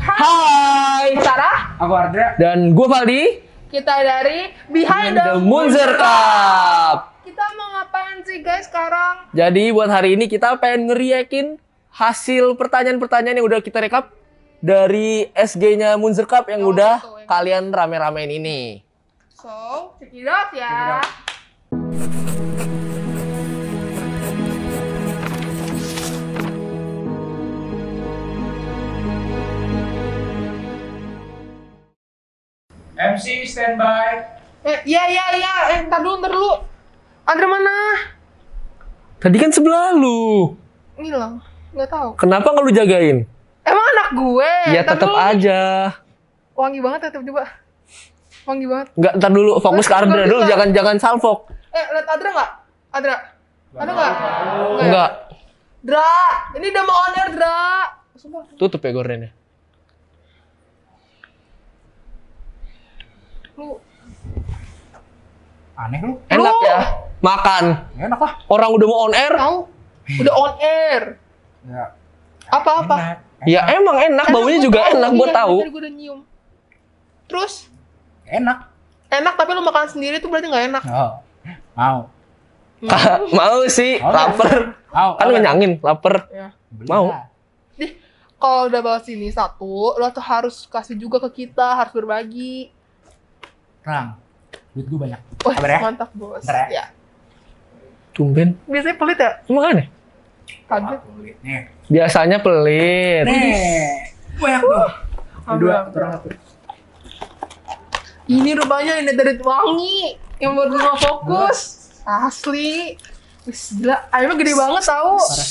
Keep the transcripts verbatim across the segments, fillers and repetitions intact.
Hai, Sarah. Aku Ardra. dan gue Valdi. Kita dari Behind the, The Munzer Cup. Kita mau ngapain sih guys sekarang? Jadi buat hari ini kita pengen ngeriakin hasil pertanyaan-pertanyaan yang udah kita rekap dari S G-nya Munzer Cup yang Oh, udah itu, yang- kalian rame-ramein ini. So, check it out ya. Check it out. M C standby. Eh, iya iya iya. Eh, ntar dulu, ntar dulu. Andre mana? Tadi kan sebelah lu. Ini loh, nggak tahu. Kenapa nggak lu jagain? Emang anak gue. Ya Ntar tetap dulu. aja. Wangi banget ya tiba-tiba. Wangi banget. Nggak, ntar dulu fokus ke Nggak Ardra bisa. dulu, jangan jangan salfok. Eh, lihat Adra nggak? Adra. Ada nggak? Enggak. Dra, ini udah mau on air, Dra. Sumpah. Tutup ya gordennya. Lu Aneh lu. Enak Lu. ya. Makan. Enak lah. Orang udah mau on air. tahu? Udah on air. Ya. Apa-apa? Enak. Ya emang enak, baunya gua juga tahu. enak, gue Iya, tahu. tadi gue udah nyium. Terus Enak. enak tapi lu makan sendiri tuh berarti nggak enak. Oh. Mau. Mau sih, Mau, lapar. Mau. Kan ngenyangin, lapar. Ya. Beli Mau. lah. Dih, kalau udah bawa sini satu, lo tuh harus kasih juga ke kita, harus berbagi. Rang. Duit gue banyak. Wah, Sabar ya. mantap bos. Bentar ya. Ya. Tumben. Biasanya pelit ya? Emang aneh? Kaget. Nih. Biasanya pelit. Nih. Banyak tuh. Ambil, Dua. ambil. Kurang satu. Ini rupanya ini dari wangi yang buat gue fokus. Asli. Wis gila, ayamnya gede banget tau.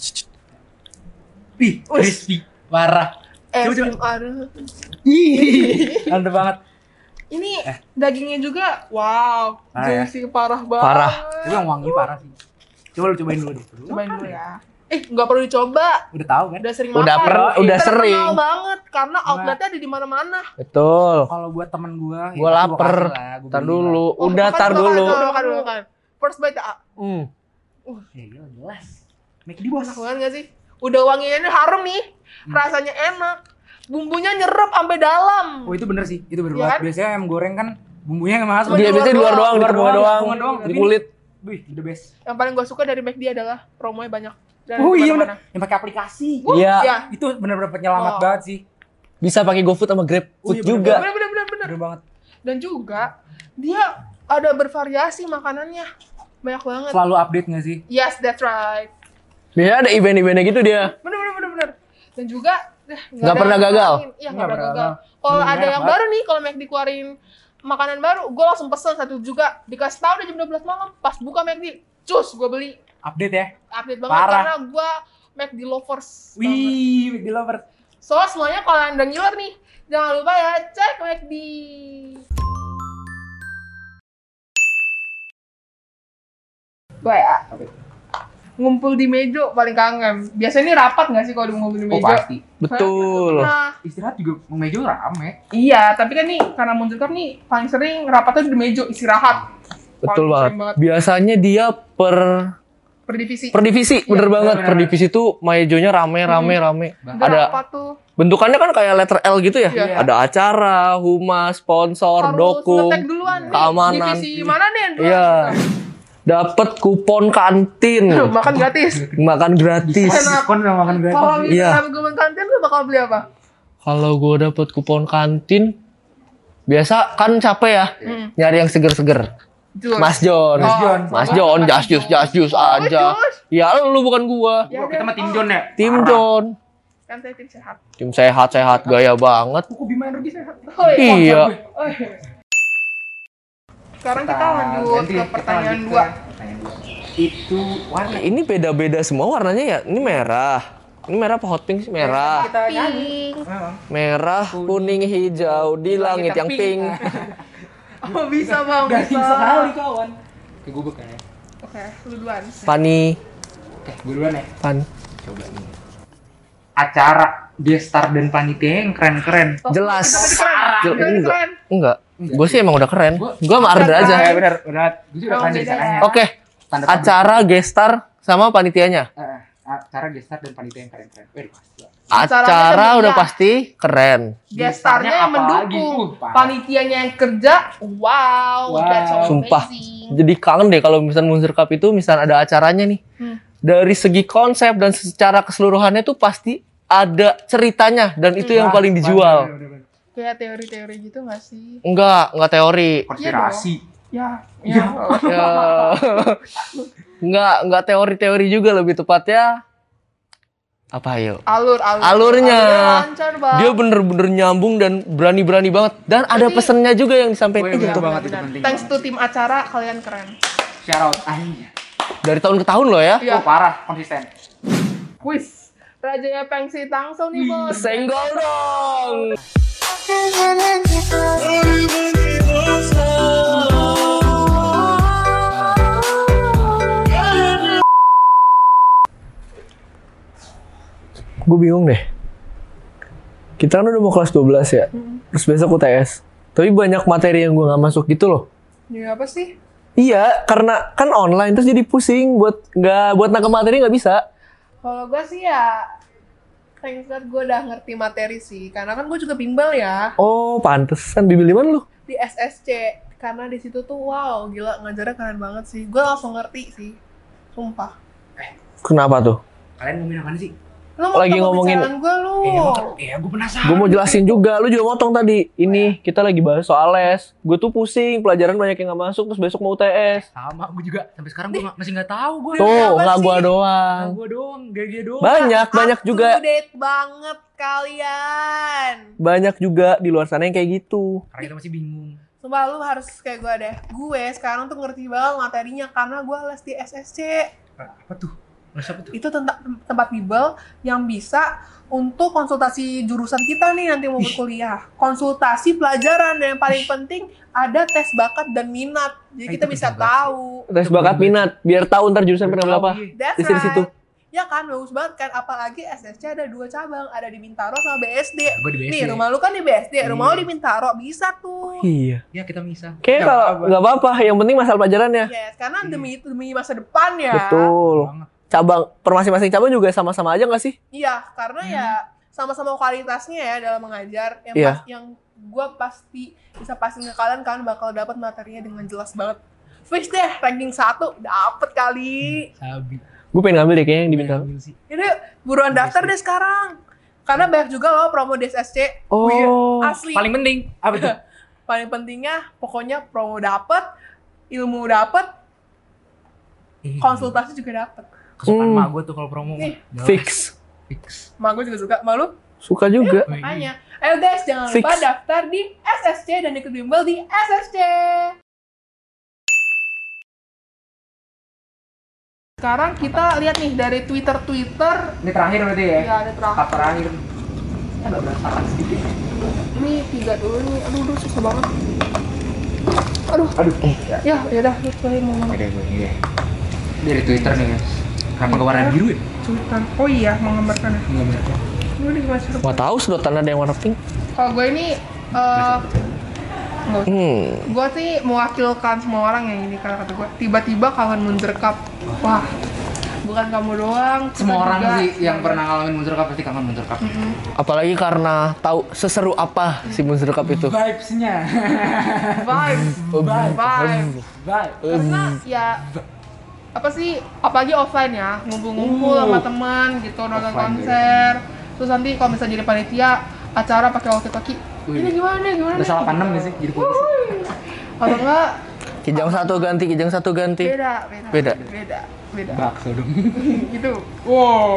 Wih, Wih. crispy. Parah. Eh, Coba, coba. belum ada. Ih. Mantep banget. Ini Eh. dagingnya juga, wow, Parah ya? juicy parah banget. Parah. Tapi yang wangi parah sih. Coba lu cobain dulu deh. Cobain dulu ya. Eh, nggak perlu dicoba. Udah tahu kan? Udah sering Udah makan. per- udah Terkenal sering. banget karena outletnya ada di mana-mana. Betul. Kalau buat temen gua, ya Gue pasti lapar. kasih lah, gua Tar beli dulu. Oh, Udah makan, tar makan, dulu. Udah makan dulu makan. First bite ya. Hmm. lah. Ya gila, jelas. McD bos. Enak banget gak sih? Udah wanginya ini harum nih. Hmm. Rasanya enak. Bumbunya nyerap sampai dalam. Oh itu bener sih, itu bener Iya banget. kan? Biasanya ayam goreng kan bumbunya nggak masuk. Cuma Dia di biasanya di luar doang, di luar tengah doang, doang, tengah doang. di Tapi kulit. Wih, the best. Yang paling gue suka dari McD adalah promonya banyak. Dan Oh di iya mana-mana. bener, yang pakai aplikasi. Iya. Ya. Itu bener-bener penyelamat Oh. banget sih. Bisa pakai GoFood sama Oh, GrabFood iya, juga. Bener bener bener bener. Bener banget. Dan juga dia ada bervariasi makanannya. Banyak banget. Selalu update nggak sih? Yes, that's right. Biasanya ada event-eventnya gitu dia. Bener bener bener bener. Dan juga eh, Nggak ada pernah yang gagal? ngalahin. Iya Nggak nggak pernah pernah gagal. gagal. Kalau Bener, ada enak yang banget. baru nih, kalau McD keluarin makanan baru, gue langsung pesen satu juga. Dikasih tahu udah jam dua belas malam, pas buka McD, cus gue beli. Update ya. Update banget Parah. karena gue McD lovers. banget. Wih, McD lover. So semuanya kalau anda ngiler nih, jangan lupa ya cek McD. Gue ya. Ngumpul di meja paling kangen. Biasanya ini rapat nggak sih kalau udah ngumpul di Oh meja? pasti. Betul. Nah, Istirahat juga meja rame. iya, tapi kan nih karena Munzer Cup nih paling sering rapatnya di meja istirahat. Betul Paling banget. sering banget. Biasanya dia per Per divisi. per divisi, Iya, bener banget. bener, Per bener. divisi tuh maejonya rame rame rame. Udah Ada rapat tuh. bentukannya kan kayak letter L gitu ya. Iya. Ada acara, humas, sponsor, Harus dukung. ngetek duluan nih. keamanan. Divisi mana nih yang duluan? Iya. Dapat kupon kantin. Makan gratis. Makan gratis. Enak. Diskon sama makan gratis. Kalau Iya. misalnya gue makan kantin lu bakal beli apa? Kalau gue dapet kupon kantin, biasa kan capek ya, Hmm. nyari yang seger-seger. Jus. Mas John, Mas John. Mas John, jas jus, jas jus Oh, aja. jus. Ya lu bukan gua, Ya, Kita udah. mah tim Oh, John ya. tim Parah. John. Kan saya tim sehat. Tim sehat-sehat, gaya banget. Kuku Bima Energi sehat. Oh, iya. Iya. Oh, iya. Sekarang kita lanjut Ganti, ke kita pertanyaan lanjut dua. ke pertanyaan dua. Itu warna. Ini beda-beda semua warnanya ya. Ini merah. Ini merah apa hot pink sih? Merah. Kita nyanyi. Pink. Memang. Merah, kuning, hijau di langit yang pink. Oh, bisa bang, Garing bisa. sekali kawan. Oke, gue buka ya. Oke, lu duluan. Pani, Oke, gue duluan ya. pan. Coba nih. Acara gestar dan panitia yang keren-keren. Oh, Jelas. kita tadi keren. Jel- Kita tadi enggak. keren. Enggak. Gue sih emang udah keren. Gua- Gue sama Ardra aja. Ya benar, benar. Gue juga Oh, keren beda caranya. ya. Oke. Standar Acara gestar sama panitianya. Eh, acara gestar dan panitia yang keren-keren. Wih, pasti. Acaranya Acara udah udah meriah. pasti keren. Gestarnya yang apalagi? mendukung, Uh, parah. panitianya yang kerja, wow, Wow. that's so Sumpah. amazing. Jadi kangen deh kalau misalnya Munzer Cup itu misalnya ada acaranya nih. Hmm. Dari segi konsep dan secara keseluruhannya tuh pasti ada ceritanya dan itu yang Wah, paling dijual. bener, bener, bener. Kayak teori-teori gitu gak sih? Enggak, enggak teori. Konspirasi. Ya, Iya. ya. Ya. Enggak, enggak teori-teori juga lebih tepatnya. Apa ayo? Alur, alur. Alurnya. Alurnya lancar, Bang. Dia bener-bener nyambung dan berani-berani banget. Dan ada Berarti- pesennya juga yang disampaikan. Oh, iya, Itu bener tuh. banget, itu Benar. penting Thanks banget. to tim acara, kalian keren. Shout out. Anjir. Dari tahun ke tahun loh ya. Iya. Oh, parah, konsisten. Wis, rajanya Pengsi Tangsel nih, Bos. Senggol dong. Gue bingung deh. Kita kan udah mau kelas dua belas ya. Terus besok U T S. Tapi banyak materi yang gue gak masuk gitu loh. Ya apa sih? Iya, karena kan online terus jadi pusing buat nggak buat nangkep materi nggak bisa. Kalau gue sih ya, thanks God gue udah ngerti materi sih. Karena kan gue juga bimbel ya Oh, pantesan bimbel di mana lu? di S S C. Karena di situ tuh wow, gila ngajarnya keren banget sih. Gue langsung ngerti sih, sumpah. Kenapa tuh? Kalian ngomongin apaan sih? Lu mau Lagi tahu ngomongin- pembicaraan gue lu. Eh, emang- eh, gue penasaran. Gue mau jelasin juga, lu juga motong tadi. Ini kita lagi bahas soal les. Gue tuh pusing, pelajaran banyak yang nggak masuk, terus besok mau U T S. Sama, gue juga. Sampai sekarang gue masih nggak tahu gue. Tuh. Tuh, Apa nggak sih? gua doang. gue doang, G G doang. Banyak, banyak Up juga, to date banget kalian. banyak juga di luar sana yang kayak gitu. Karena kita masih bingung. Sumpah lu harus kayak gue deh. Gue sekarang tuh ngerti banget materinya karena gue les di S S C. Apa tuh? Les apa tuh? Itu tempat tempat bimbel yang bisa untuk konsultasi jurusan kita nih nanti mau berkuliah. Konsultasi pelajaran dan yang paling penting ada tes bakat dan minat. Jadi Ah, kita itu bisa penting banget tahu. Tes bakat minat, biar tahu ntar jurusan pengen apa. Iya. That's Di sini situ. right. Ya kan, bagus banget kan. Apalagi S S C ada dua cabang. Ada di Bintaro sama B S D. Gue di B S D. Nih, rumah lu kan di B S D. Rumah Iya. lu di Bintaro. Bisa tuh. Iya. Ya kita bisa. Kayak kalau nggak apa-apa, yang penting masalah pelajarannya. Yes, karena demi demi masa depan ya. Betul. Banget. Cabang, per masing-masing cabang juga sama-sama aja nggak sih? Iya, karena ya sama-sama kualitasnya ya dalam mengajar. Yang Iya. pas, yang gue pasti bisa pastiin ke kalian, kalian bakal dapat materinya dengan jelas banget. Fix deh, ranking satu dapet kali. Sabi. Gue pengen ngambil deh kayaknya yang di Bintaro. Ambil sih. Ini buruan daftar deh sekarang. Karena banyak juga loh promo di S S C. Oh. Wih, asli. Paling penting apa tuh? Paling pentingnya pokoknya promo dapet, ilmu dapet, konsultasi juga dapet. Kesukaan Hmm. mak gue tuh kalau promo. Nih. Jelas. Fix. Fix. Mak gue juga suka. Malu? Suka juga. Oh, iya. Makanya. Ayo guys, jangan Fix. lupa daftar di S S C dan ikut bimbel di S S C. Sekarang kita lihat nih dari Twitter-Twitter. Ini terakhir berarti ya? Ya, ada terakhir. Tahap terakhir. Agak berantakan sedikit. Ini tiga dulu nih. Aduh, aduh susah banget. Aduh. Aduh. Ya, yaudah. Lu cobain mau mana? Oke, gue ini deh. Dari Twitter nih guys. Kenapa nggak warna biru ya? Twitter. Oh iya, menggambarkan ya. Nggak merah. Lu di gimana sih? Nggak tahu sedotan ada yang warna pink. Kalau gue ini eh nggak usah. Hmm. Gue sih mewakilkan semua orang yang ini karena kata gue tiba-tiba kawan Munzer Cup. Wah, bukan kamu doang. kita Semua orang juga. sih yang pernah ngalamin Munzer Cup pasti kangen Munzer Cup. Mm-mm. Apalagi karena tahu seseru apa si Munzer Cup itu. Vibes-nya. Vibes, Vibe. vibes. Vibe. Karena ya apa sih, apalagi offline ya, ngumpul-ngumpul Uh. sama teman gitu, nonton Offline, konser. Terus nanti kalau misalnya jadi panitia acara pakai walkie-talkie, Wih. ini gimana nih, gimana Udah nih? salah panem gak sih jadi polisi? Atau enggak Kijang satu ganti, kijang satu ganti. beda, beda, Beda. beda, beda. Bakso dong. Gitu. Wow.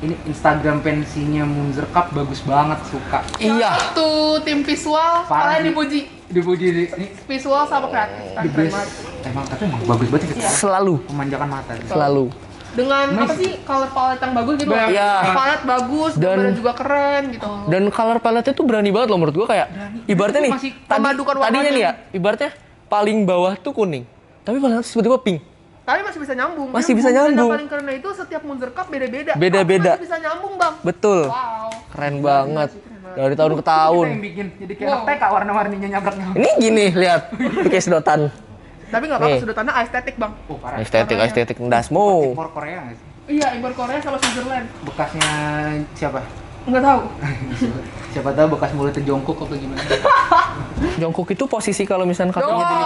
ini Instagram pensinya Munzer Cup bagus banget, suka. Iya. Tuh tim visual, Parah kalian nih. dipuji. Dipuji di ini Visual sama kreatif. the best. Emang tapi emang bagus banget sih. Selalu, Memanjakan mata. selalu. Dengan Nice. apa sih color palette yang bagus gitu. Iya. Palette bagus, Dan- gambarnya juga keren gitu. Dan color palette tuh berani banget loh menurut gua, kayak ibaratnya nih, Masih tadi, memadukan tadinya warnanya. nih ya, ibaratnya paling bawah tuh kuning, tapi paling atas tiba-tiba pink. Tapi masih bisa nyambung. Masih Yang bisa bumbunya nyambung. paling keren itu setiap Munzer Cup beda-beda. Beda-beda. Tapi masih bisa nyambung, Bang. Betul, Wow. keren banget. Dari tahun ke tahun. Kita yang bikin jadi kayak Wow. T K warna-warninya nyabrak-nyabrak. Ini gini, lihat, pakai sedotan. Tapi nggak apa-apa, Nih. sudutannya estetik, Bang. Oh, parah. Estetik, estetik ndasmu. Impor Korea nggak sih? Iya, impor Korea sama Switzerland. Bekasnya siapa? Nggak tahu. Siapa tahu bekas mulutnya jongkok apa gimana? Jongkok itu posisi kalau misalnya katanya di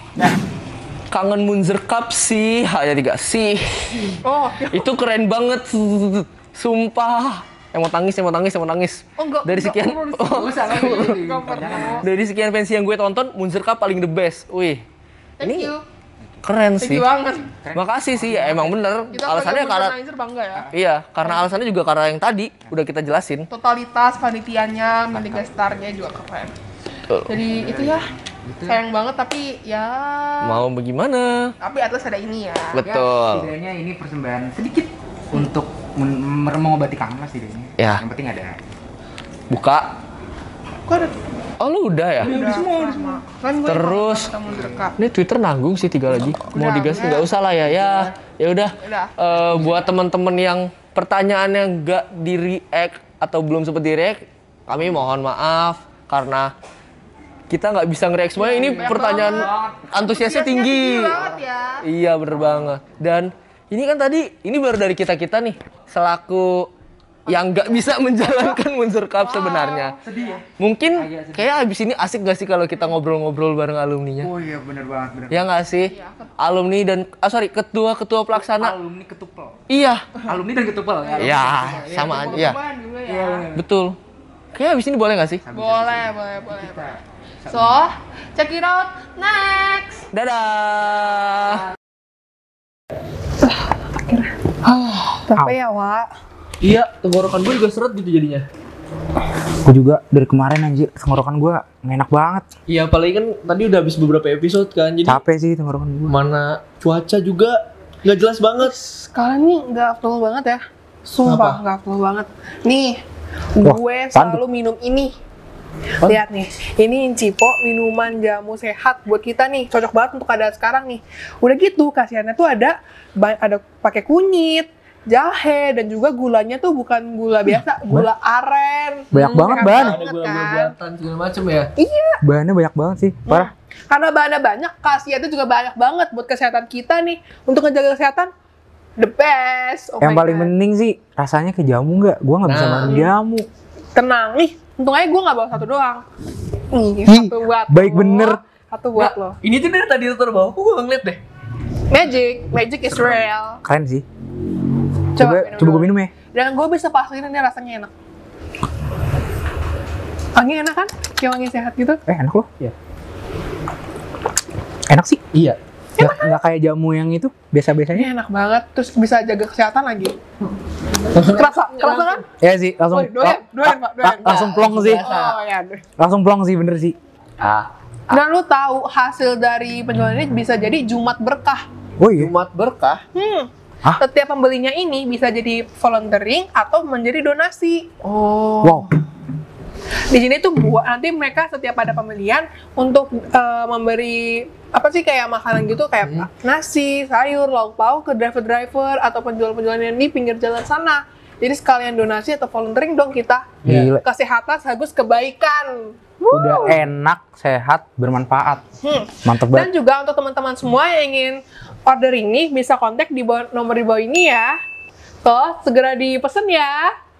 kangen Munzer Cup sih, hanya tiga sih. Oh, Itu keren banget, sumpah. Emang tangis, emang tangis, emang tangis. Oh, enggak. Dari enggak sekian, perlu di- oh, Nggak usah, nggak usah. Nggak perlu. dari sekian pensi yang gue tonton, Munzer Cup paling the best. Wih, Thank ini you. keren Thank sih. you banget. Makasih sih, ya, emang bener. Kita Alasannya sebagai karena, organizer bangga ya. iya, karena alasannya juga karena yang tadi udah kita jelasin. Totalitas panitianya, Mendika Star-nya juga keren. Tuh. Jadi itu ya, Gitu. sayang banget tapi ya. Mau bagaimana? Tapi atas ada ini ya. Betul. Ya, setidaknya ini persembahan sedikit untuk men- mer- mengobati kangen lah setidaknya. Ya. Yang penting ada. Buka. Kok ada? Oh lu udah ya? Udah semua, udah semua. Kan gue Terus, ketemu direkap. ini Twitter nanggung sih tiga lagi. Mau Udah, digas udah. nggak usah lah ya. Ya, ya udah. Udah. Eh, buat teman-teman yang pertanyaannya nggak di react atau belum sempat di react, kami mohon maaf karena kita nggak bisa nge-react semuanya. Ini banyak pertanyaan antusiasnya tinggi. banget ya. Iya bener banget. Dan ini kan tadi, ini baru dari kita-kita nih, selaku yang nggak bisa menjalankan Munzer Cup sebenarnya. Sedih ya? Mungkin Agak sedih. kayak abis ini asik gak sih kalau kita ngobrol-ngobrol bareng alumninya? Oh iya benar banget benar. Ya nggak sih? Iya. Alumni dan, ah sorry, ketua-ketua pelaksana. Alumni ketupel. Iya, Alumni dan ketupel ya. iya, sama aja. Iya, Apaan juga ya. Iya benar. betul. Kayak abis ini boleh nggak sih? Boleh, boleh, boleh. Kita So, check it out next. Dadah! Capek ya, Wak. Iya, tenggorokan gue juga seret gitu jadinya. Gue juga dari kemarin anjir, tenggorokan gue nggak enak banget. Iya, apalagi kan tadi udah habis beberapa episode kan, jadi Capek sih tenggorokan gue. mana cuaca juga nggak jelas banget. Sekarang nih nggak afdol banget ya. Sumpah nggak afdol banget. Nih, Wah, gue apaan selalu minum ini. Lihat nih, ini Incipo minuman jamu sehat buat kita nih, cocok banget untuk keadaan sekarang nih. Udah gitu, kasihannya tuh ada ba- ada pakai kunyit, jahe dan juga gulanya tuh bukan gula biasa, gula aren. Banyak banget, sehat Ban. Ada banget gula-gula kan. buatan segala macem ya. Bahannya banyak banget sih, parah. Karena bahannya banyak, khasiatnya juga banyak banget buat kesehatan kita nih. Untuk ngejaga kesehatan, the best. Oh Yang my paling God. penting sih rasanya ke jamu nggak? Gue nggak bisa Nah. minum jamu. Tenang nih, untung aja gue nggak bawa satu doang. Nih, Ih, satu buat baik lo, bener. Satu buat lo. Ini tuh dari tadi tuh bawah, gue nggak ngeliat deh. Magic, magic is real. Keren sih. Coba, Coba, coba gue minum ya. Dan gue bisa pastiin ini rasanya enak. Wangi enak kan? Kayak wangi sehat gitu. Eh enak loh. Iya. Enak sih. Iya. Nggak, nggak kayak jamu yang itu biasa-biasanya. Ini enak banget, terus bisa jaga kesehatan lagi. Kerasa, kerasa kan? Ya sih, langsung Woi, doyan, la- doyan, Pak, la- doyan. langsung plong sih. Oh ya. aduh. Langsung plong sih bener sih. Ah, Dan lu tahu hasil dari penjualan ini bisa jadi Jumat berkah. Oh iya. Jumat berkah. Hmm. Hah? Setiap pembelinya ini bisa jadi volunteering atau menjadi donasi. Oh. Wow. Di sini tuh buat nanti mereka setiap ada pembelian untuk eh, memberi apa sih kayak makanan gitu kayak Hmm. nasi, sayur, lauk pauk ke driver-driver atau penjual-penjual yang di pinggir jalan sana. Jadi sekalian donasi atau volunteering dong kita. Gila. Kesehatan sekaligus kebaikan. Udah enak, sehat, bermanfaat. Hmm. Mantep Dan banget. juga untuk teman-teman semua yang ingin order ini bisa kontak di bawah, nomor di bawah ini ya. So, segera dipesen ya.